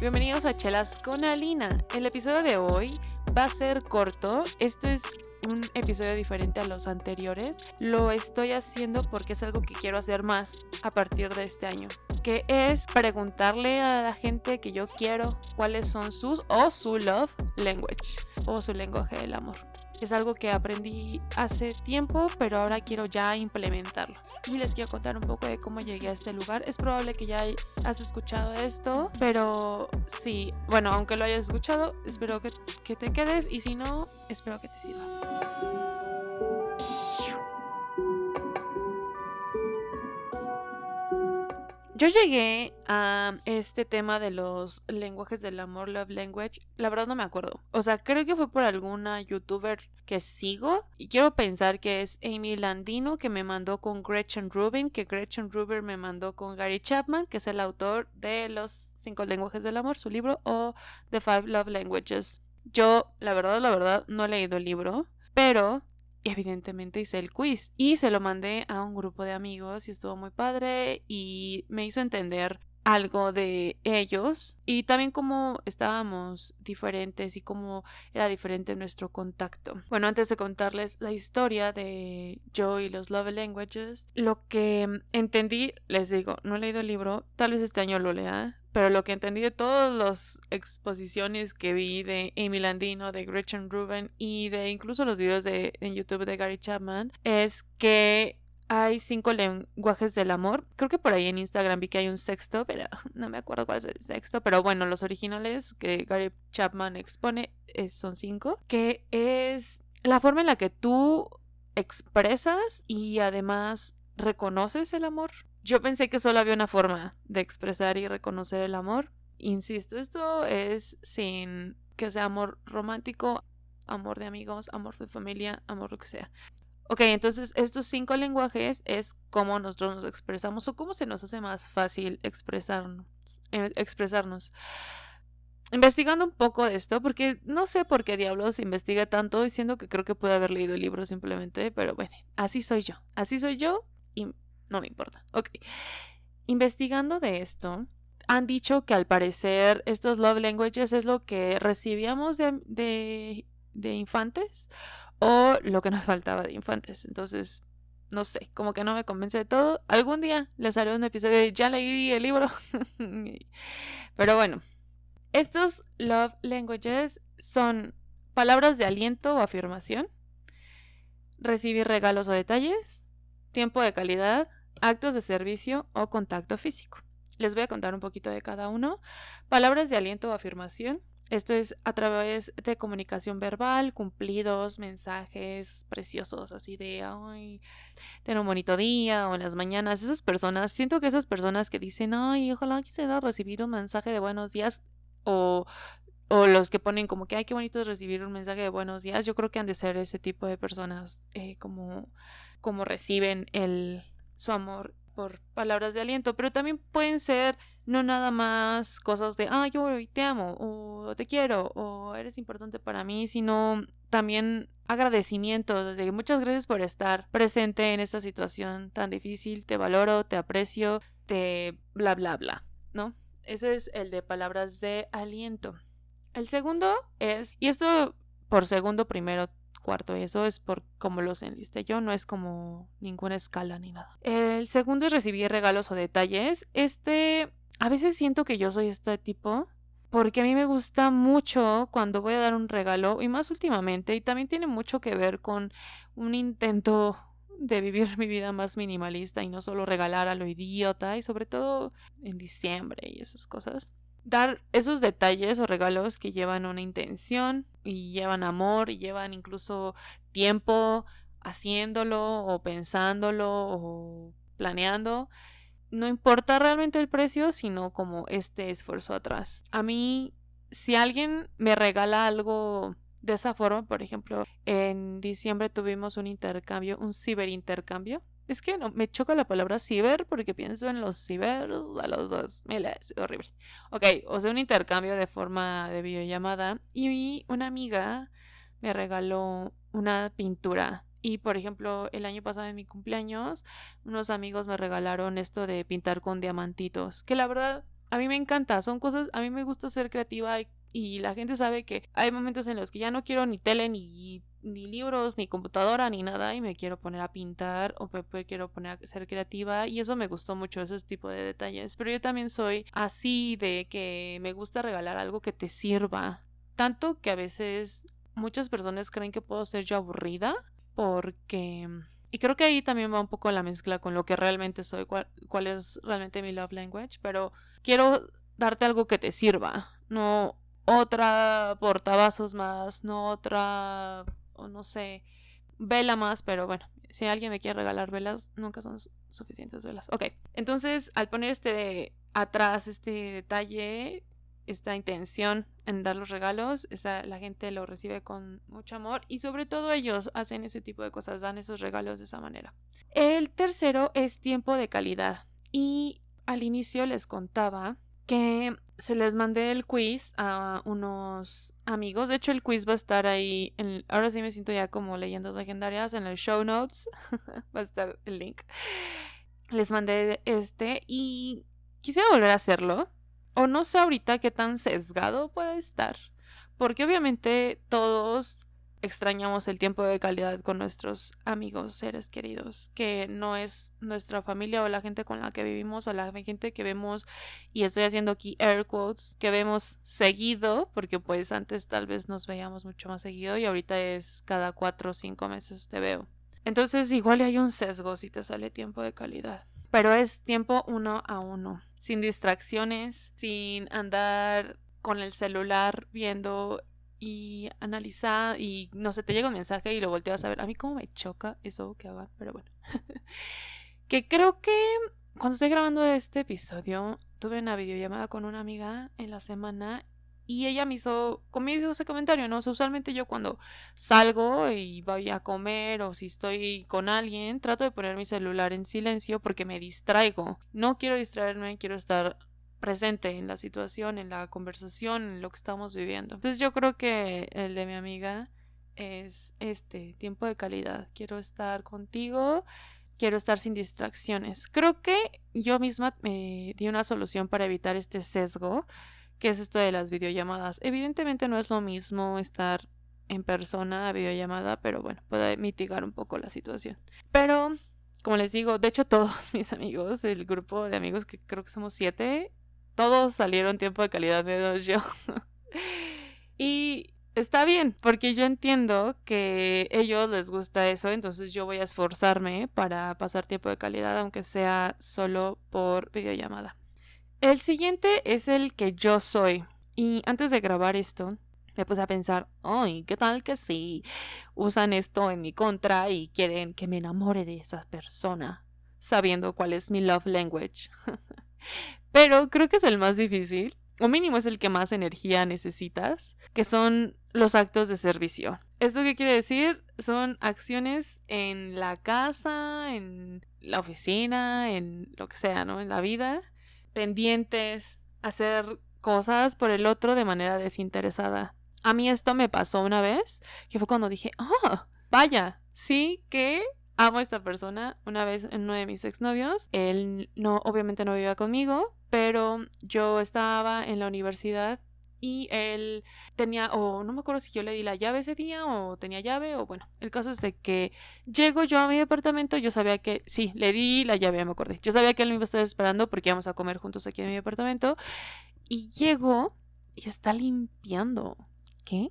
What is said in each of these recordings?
Bienvenidos a Chelas con Alina. El episodio de hoy va a ser corto. Esto es un episodio diferente a los anteriores. Lo estoy haciendo porque es algo que quiero hacer más a partir de este año, que es preguntarle a la gente que yo quiero cuáles son sus o su love language o su lenguaje del amor. Es algo que aprendí hace tiempo, pero ahora quiero ya implementarlo. Y les quiero contar un poco de cómo llegué a este lugar. Es probable que ya has escuchado esto, pero sí, bueno, aunque lo hayas escuchado, espero que te quedes y si no, espero que te sirva. Yo llegué a este tema de los lenguajes del amor, love language, la verdad no me acuerdo. O sea, creo que fue por alguna youtuber que sigo y quiero pensar que es Amy Landino, que me mandó con Gretchen Rubin, que Gretchen Rubin me mandó con Gary Chapman, que es el autor de Los 5 lenguajes del amor, su libro, o The 5 Love Languages. Yo, la verdad, no he leído el libro, pero evidentemente hice el quiz y se lo mandé a un grupo de amigos y estuvo muy padre y me hizo entender algo de ellos y también cómo estábamos diferentes y cómo era diferente nuestro contacto. Bueno, antes de contarles la historia de yo y los love languages, lo que entendí, les digo, no he leído el libro, tal vez este año lo lea, pero lo que entendí de todas las exposiciones que vi de Amy Landino, de Gretchen Rubin y de incluso los videos en YouTube de Gary Chapman es que hay 5 lenguajes del amor. Creo que por ahí en Instagram vi que hay un sexto, pero no me acuerdo cuál es el sexto. Pero bueno, los originales que Gary Chapman expone son 5, que es la forma en la que tú expresas y además reconoces el amor. Yo pensé que solo había una forma de expresar y reconocer el amor. Insisto, esto es sin que sea amor romántico, amor de amigos, amor de familia, amor lo que sea. Ok, entonces estos 5 lenguajes es cómo nosotros nos expresamos o cómo se nos hace más fácil expresarnos. Investigando un poco de esto, porque no sé por qué diablos investiga tanto, diciendo que creo que pude haber leído el libro simplemente, pero bueno, así soy yo y no me importa. Ok, investigando de esto, han dicho que al parecer estos love languages es lo que recibíamos de infantes o lo que nos faltaba de infantes. Entonces, no sé, como que no me convence de todo. Algún día les haré un episodio de ya leí el libro. Pero bueno, estos love languages son palabras de aliento o afirmación, recibir regalos o detalles, tiempo de calidad, actos de servicio o contacto físico. Les voy a contar un poquito de cada uno. Palabras de aliento o afirmación. Esto es a través de comunicación verbal, cumplidos, mensajes preciosos, así de, ay, ten un bonito día, o en las mañanas. Esas personas, siento que esas personas que dicen, ay, ojalá quisiera recibir un mensaje de buenos días, o los que ponen como que, ay, qué bonito es recibir un mensaje de buenos días, yo creo que han de ser ese tipo de personas, como reciben su amor por palabras de aliento, pero también pueden ser no nada más cosas de, ah, yo te amo, o te quiero, o eres importante para mí, sino también agradecimientos de muchas gracias por estar presente en esta situación tan difícil, te valoro, te aprecio, te bla bla bla, ¿no? Ese es el de palabras de aliento. El segundo es, y esto por segundo, primero, cuarto, eso es por como los enlisté yo, no es como ninguna escala ni nada. El segundo es recibir regalos o detalles. A veces siento que yo soy este tipo, porque a mí me gusta mucho cuando voy a dar un regalo, y más últimamente, y también tiene mucho que ver con un intento de vivir mi vida más minimalista y no solo regalar a lo idiota, y sobre todo en diciembre y esas cosas. Dar esos detalles o regalos que llevan una intención y llevan amor y llevan incluso tiempo haciéndolo o pensándolo o planeando. No importa realmente el precio, sino como este esfuerzo atrás. A mí, si alguien me regala algo de esa forma, por ejemplo, en diciembre tuvimos un intercambio, un ciberintercambio. Es que no, me choca la palabra ciber porque pienso en los ciber a los 2000, es horrible. Ok, o sea, un intercambio de forma de videollamada y una amiga me regaló una pintura. Y por ejemplo, el año pasado en mi cumpleaños, unos amigos me regalaron esto de pintar con diamantitos, que la verdad a mí me encanta, son cosas, a mí me gusta ser creativa y la gente sabe que hay momentos en los que ya no quiero ni tele, ni libros, ni computadora, ni nada, y me quiero poner a pintar o me quiero poner a ser creativa, y eso me gustó mucho, ese tipo de detalles. Pero yo también soy así de que me gusta regalar algo que te sirva, tanto que a veces muchas personas creen que puedo ser yo aburrida porque... Y creo que ahí también va un poco la mezcla con lo que realmente soy, cuál es realmente mi love language, pero quiero darte algo que te sirva, no otra portavasos más, no otra, o no sé, vela más, pero bueno, si alguien me quiere regalar velas, nunca son suficientes velas. Ok, entonces al poner atrás este detalle, esta intención en dar los regalos, la gente lo recibe con mucho amor y sobre todo ellos hacen ese tipo de cosas, dan esos regalos de esa manera. El tercero es tiempo de calidad y al inicio les contaba que se les mandé el quiz a unos amigos. De hecho, el quiz va a estar ahí. Ahora sí me siento ya como leyendas legendarias. En el show notes va a estar el link. Les mandé y quisiera volver a hacerlo. O no sé ahorita qué tan sesgado puede estar. Porque obviamente todos extrañamos el tiempo de calidad con nuestros amigos, seres queridos, que no es nuestra familia o la gente con la que vivimos o la gente que vemos, y estoy haciendo aquí air quotes, que vemos seguido, porque pues antes tal vez nos veíamos mucho más seguido y ahorita es cada 4 o 5 meses te veo. Entonces igual hay un sesgo si te sale tiempo de calidad. Pero es tiempo 1 a 1, sin distracciones, sin andar con el celular viendo y analizar y no sé, te llega un mensaje y lo volteas a ver. A mí como me choca eso que hagan, pero bueno. Que creo que cuando estoy grabando este episodio tuve una videollamada con una amiga en la semana y ella conmigo hizo ese comentario, ¿no? O sea, usualmente yo cuando salgo y voy a comer o si estoy con alguien, trato de poner mi celular en silencio porque me distraigo. No quiero distraerme, quiero estar presente en la situación, en la conversación, en lo que estamos viviendo. Entonces yo creo que el de mi amiga es tiempo de calidad. Quiero estar contigo, quiero estar sin distracciones. Creo que yo misma me di una solución para evitar este sesgo, que es esto de las videollamadas. Evidentemente no es lo mismo estar en persona a videollamada, pero bueno, puede mitigar un poco la situación. Pero, como les digo, de hecho todos mis amigos, el grupo de amigos que creo que somos 7, todos salieron tiempo de calidad menos yo. Y está bien, porque yo entiendo que a ellos les gusta eso, entonces yo voy a esforzarme para pasar tiempo de calidad, aunque sea solo por videollamada. El siguiente es el que yo soy. Y antes de grabar esto, me puse a pensar, ay, ¿qué tal que si usan esto en mi contra y quieren que me enamore de esa persona, sabiendo cuál es mi love language? Pero creo que es el más difícil, o mínimo es el que más energía necesitas, que son los actos de servicio. ¿Esto qué quiere decir? Son acciones en la casa, en la oficina, en lo que sea, ¿no? En la vida, pendientes, hacer cosas por el otro de manera desinteresada. A mí esto me pasó una vez, que fue cuando dije, vaya, sí que amo a esta persona. Una vez en uno de mis exnovios, él obviamente no vivía conmigo, pero yo estaba en la universidad y él tenía, o no me acuerdo si yo le di la llave ese día o tenía llave, o bueno, el caso es de que llego yo a mi departamento, yo sabía que, sí, le di la llave, ya me acordé, yo sabía que él me iba a estar esperando porque íbamos a comer juntos aquí en mi departamento, y llego y está limpiando. ¿Qué?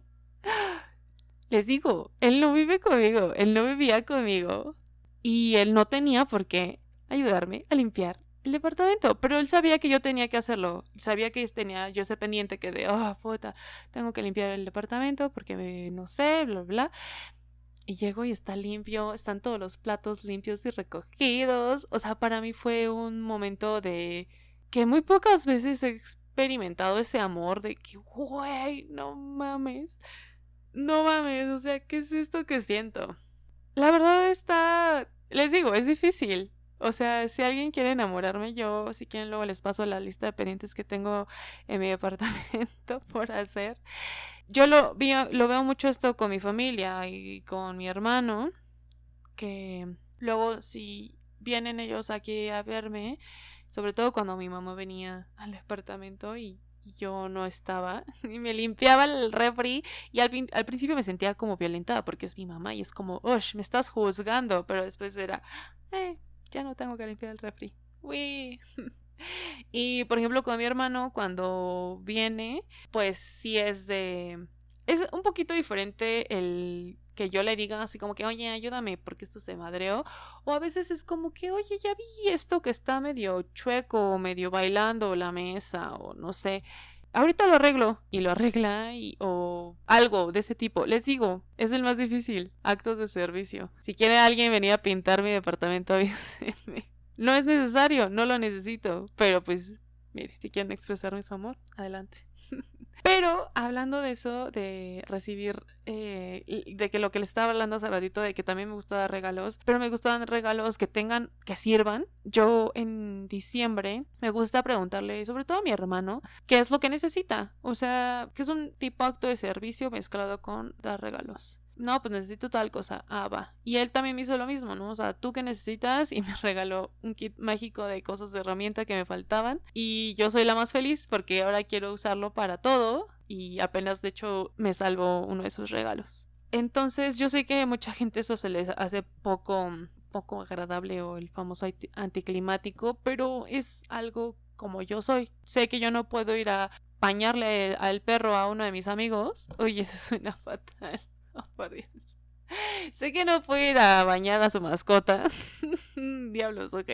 Les digo, él no vive conmigo, él no vivía conmigo y él no tenía por qué ayudarme a limpiar el departamento, pero él sabía que yo tenía que hacerlo, sabía que tenía yo ese pendiente que de, puta, tengo que limpiar el departamento porque no sé, bla, bla. Y llego y está limpio, están todos los platos limpios y recogidos. O sea, para mí fue un momento de que muy pocas veces he experimentado ese amor de que, güey, no mames. No mames, o sea, ¿qué es esto que siento? La verdad les digo, es difícil. O sea, si alguien quiere enamorarme, yo, si quieren, luego les paso la lista de pendientes que tengo en mi departamento por hacer. Yo lo veo mucho esto con mi familia y con mi hermano, que luego si vienen ellos aquí a verme, sobre todo cuando mi mamá venía al departamento y yo no estaba, y me limpiaba el refri, y al principio me sentía como violentada porque es mi mamá y es como, me estás juzgando, pero después era, ya no tengo que limpiar el refri. Uy. Y por ejemplo con mi hermano cuando viene, pues sí es un poquito diferente el que yo le diga así como que, oye, ayúdame porque esto se madreó, o a veces es como que, oye, ya vi esto que está medio chueco, o medio bailando la mesa, o no sé, ahorita lo arreglo, y lo arregla, o algo de ese tipo. Les digo, es el más difícil, actos de servicio. Si quiere alguien venir a pintar mi departamento, avísenme. No es necesario, no lo necesito, pero pues, mire, si quieren expresarme su amor, adelante. Pero hablando de eso, de recibir, de que lo que les estaba hablando hace ratito, de que también me gusta dar regalos, pero me gustan regalos que sirvan. Yo en diciembre me gusta preguntarle, sobre todo a mi hermano, qué es lo que necesita. O sea, que es un tipo acto de servicio mezclado con dar regalos. No, pues necesito tal cosa. Ah, va. Y él también me hizo lo mismo, ¿no? O sea, ¿tú qué necesitas? Y me regaló un kit mágico de cosas de herramienta que me faltaban. Y yo soy la más feliz porque ahora quiero usarlo para todo. Y apenas, de hecho, me salvó uno de sus regalos. Entonces, yo sé que a mucha gente eso se les hace poco agradable o el famoso anticlimático, pero es algo como yo soy. Sé que yo no puedo ir a bañarle al perro a uno de mis amigos. Oye, eso suena fatal. Oh, por Dios. Sé que no puedo ir a bañar a su mascota. Diablos, ok.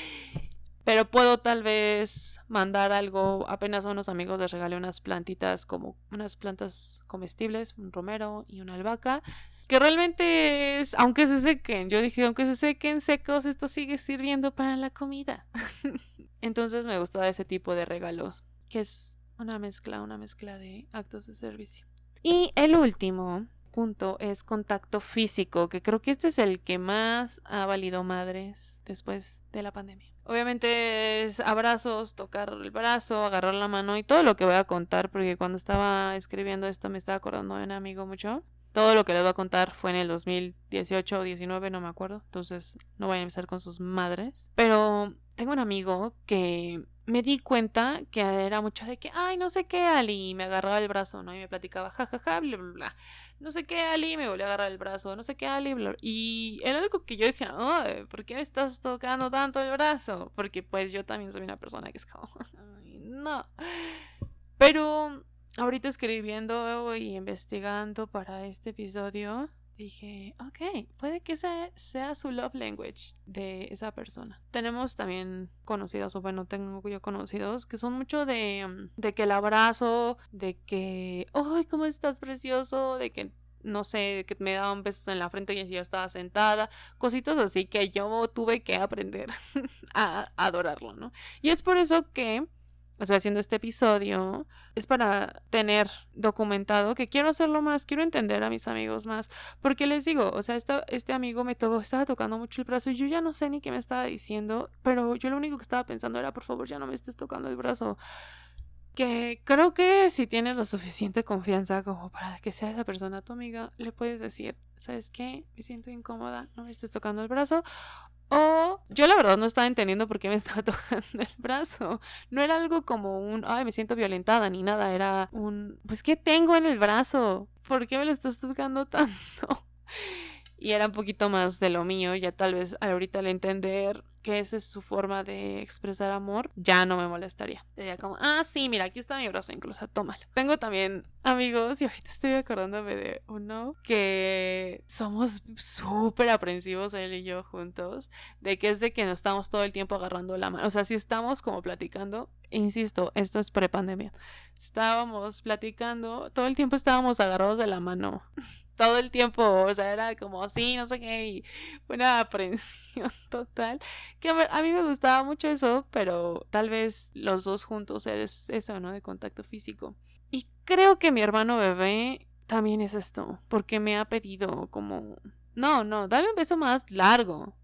Pero puedo tal vez mandar algo. Apenas a unos amigos les regalé unas plantitas, como unas plantas comestibles, un romero y una albahaca. Que realmente es, aunque se sequen, yo dije, aunque se sequen secos, esto sigue sirviendo para la comida. Entonces me gusta ese tipo de regalos, que es una mezcla de actos de servicio. Y el último punto es contacto físico, que creo que este es el que más ha valido madres después de la pandemia. Obviamente es abrazos, tocar el brazo, agarrar la mano y todo lo que voy a contar, porque cuando estaba escribiendo esto me estaba acordando de un amigo mucho. Todo lo que les voy a contar fue en el 2018 o 19, no me acuerdo, entonces no voy a empezar con sus madres. Pero tengo un amigo que me di cuenta que era mucho de que, ay, no sé qué, Ali, y me agarraba el brazo, ¿no? Y me platicaba, jajaja, bla, bla, bla. No sé qué, Ali, me volvió a agarrar el brazo, no sé qué, Ali, bla, bla. Y era algo que yo decía, ay, ¿por qué me estás tocando tanto el brazo? Porque pues yo también soy una persona que es como, ay, no. Pero ahorita escribiendo y investigando para este episodio, dije, ok, puede que sea su love language de esa persona. Tenemos también conocidos, o bueno, tengo yo conocidos que son mucho de que el abrazo, de que, ¡ay, cómo estás precioso! De que, no sé, que me daban besos en la frente y yo estaba sentada, cositas así que yo tuve que aprender a adorarlo, ¿no? Y es por eso que estoy haciendo este episodio, es para tener documentado que quiero hacerlo más, quiero entender a mis amigos más, porque les digo, o sea, este amigo estaba tocando mucho el brazo y yo ya no sé ni qué me estaba diciendo, pero yo lo único que estaba pensando era, por favor, ya no me estés tocando el brazo. Que creo que si tienes la suficiente confianza como para que sea esa persona tu amiga, le puedes decir, ¿sabes qué? Me siento incómoda, no me estés tocando el brazo. O yo la verdad no estaba entendiendo por qué me estaba tocando el brazo. No era algo como ay, me siento violentada ni nada. Era pues, ¿qué tengo en el brazo? ¿Por qué me lo estás tocando tanto? Y era un poquito más de lo mío. Ya tal vez ahorita al entender que esa es su forma de expresar amor, ya no me molestaría. Sería como, sí, mira, aquí está mi brazo, incluso, tómalo. Tengo también amigos, y ahorita estoy acordándome de uno, que somos súper aprensivos, él y yo juntos, de que es de que nos estamos todo el tiempo agarrando la mano. O sea, si estamos como platicando, insisto, esto es prepandemia, estábamos platicando, todo el tiempo estábamos agarrados de la mano. Todo el tiempo, o sea, era como, sí, no sé qué, y una aprensión total, que a mí me gustaba mucho eso, pero tal vez los dos juntos es eso, ¿no? De contacto físico. Y creo que mi hermano bebé también es esto, porque me ha pedido como, no, dame un beso más largo,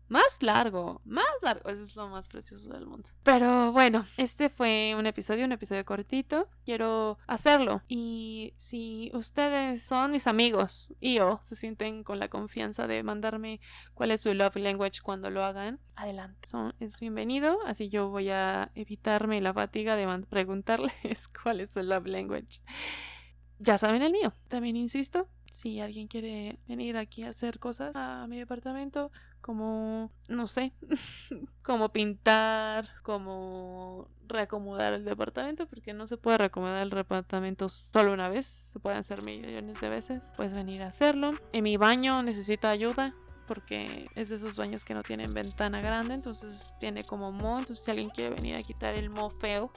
Más largo, eso es lo más precioso del mundo. Pero bueno, este fue un episodio cortito. Quiero hacerlo. Y si ustedes son mis amigos y se sienten con la confianza de mandarme cuál es su love language cuando lo hagan, adelante. Es bienvenido. Así yo voy a evitarme la fatiga de preguntarles cuál es su love language. Ya saben el mío. También insisto, si alguien quiere venir aquí a hacer cosas a mi departamento, como, no sé, como pintar, como reacomodar el departamento, porque no se puede reacomodar el departamento solo una vez, se pueden hacer millones de veces, puedes venir a hacerlo. En mi baño necesita ayuda, porque es de esos baños que no tienen ventana grande, entonces tiene como moho, entonces si alguien quiere venir a quitar el moho feo,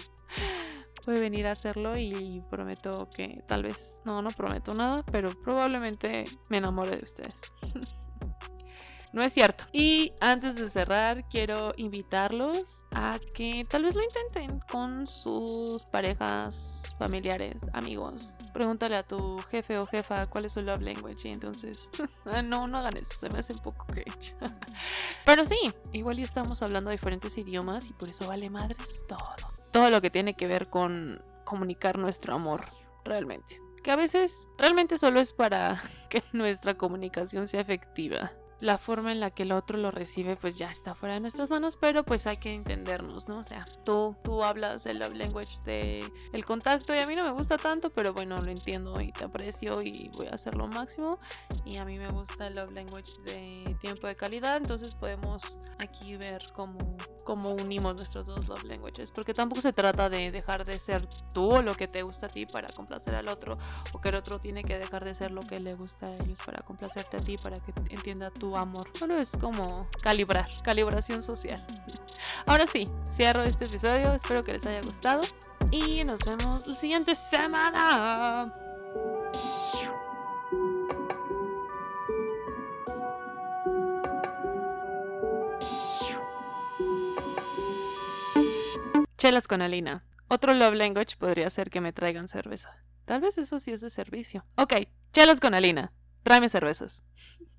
puede venir a hacerlo y prometo que tal vez, no prometo nada, pero probablemente me enamore de ustedes. No es cierto. Y antes de cerrar, quiero invitarlos a que tal vez lo intenten con sus parejas, familiares, amigos. Pregúntale a tu jefe o jefa cuál es su love language y entonces no hagan eso, se me hace un poco cringe. Pero sí, igual ya estamos hablando de diferentes idiomas y por eso vale madres todo lo que tiene que ver con comunicar nuestro amor realmente, que a veces realmente solo es para que nuestra comunicación sea efectiva. La forma en la que el otro lo recibe pues ya está fuera de nuestras manos, pero pues hay que entendernos, ¿no? O sea, tú hablas el love language de el contacto y a mí no me gusta tanto, pero bueno, lo entiendo y te aprecio y voy a hacer lo máximo. Y a mí me gusta el love language de tiempo de calidad, entonces podemos aquí ver cómo unimos nuestros dos love languages, porque tampoco se trata de dejar de ser tú o lo que te gusta a ti para complacer al otro, o que el otro tiene que dejar de ser lo que le gusta a ellos para complacerte a ti, para que entienda tu amor. Solo es como calibración social. Ahora sí, cierro este episodio, espero que les haya gustado y nos vemos la siguiente semana. Chelas con Alina. Otro love language podría ser que me traigan cerveza. Tal vez eso sí es de servicio. Ok, chelas con Alina. Tráeme cervezas.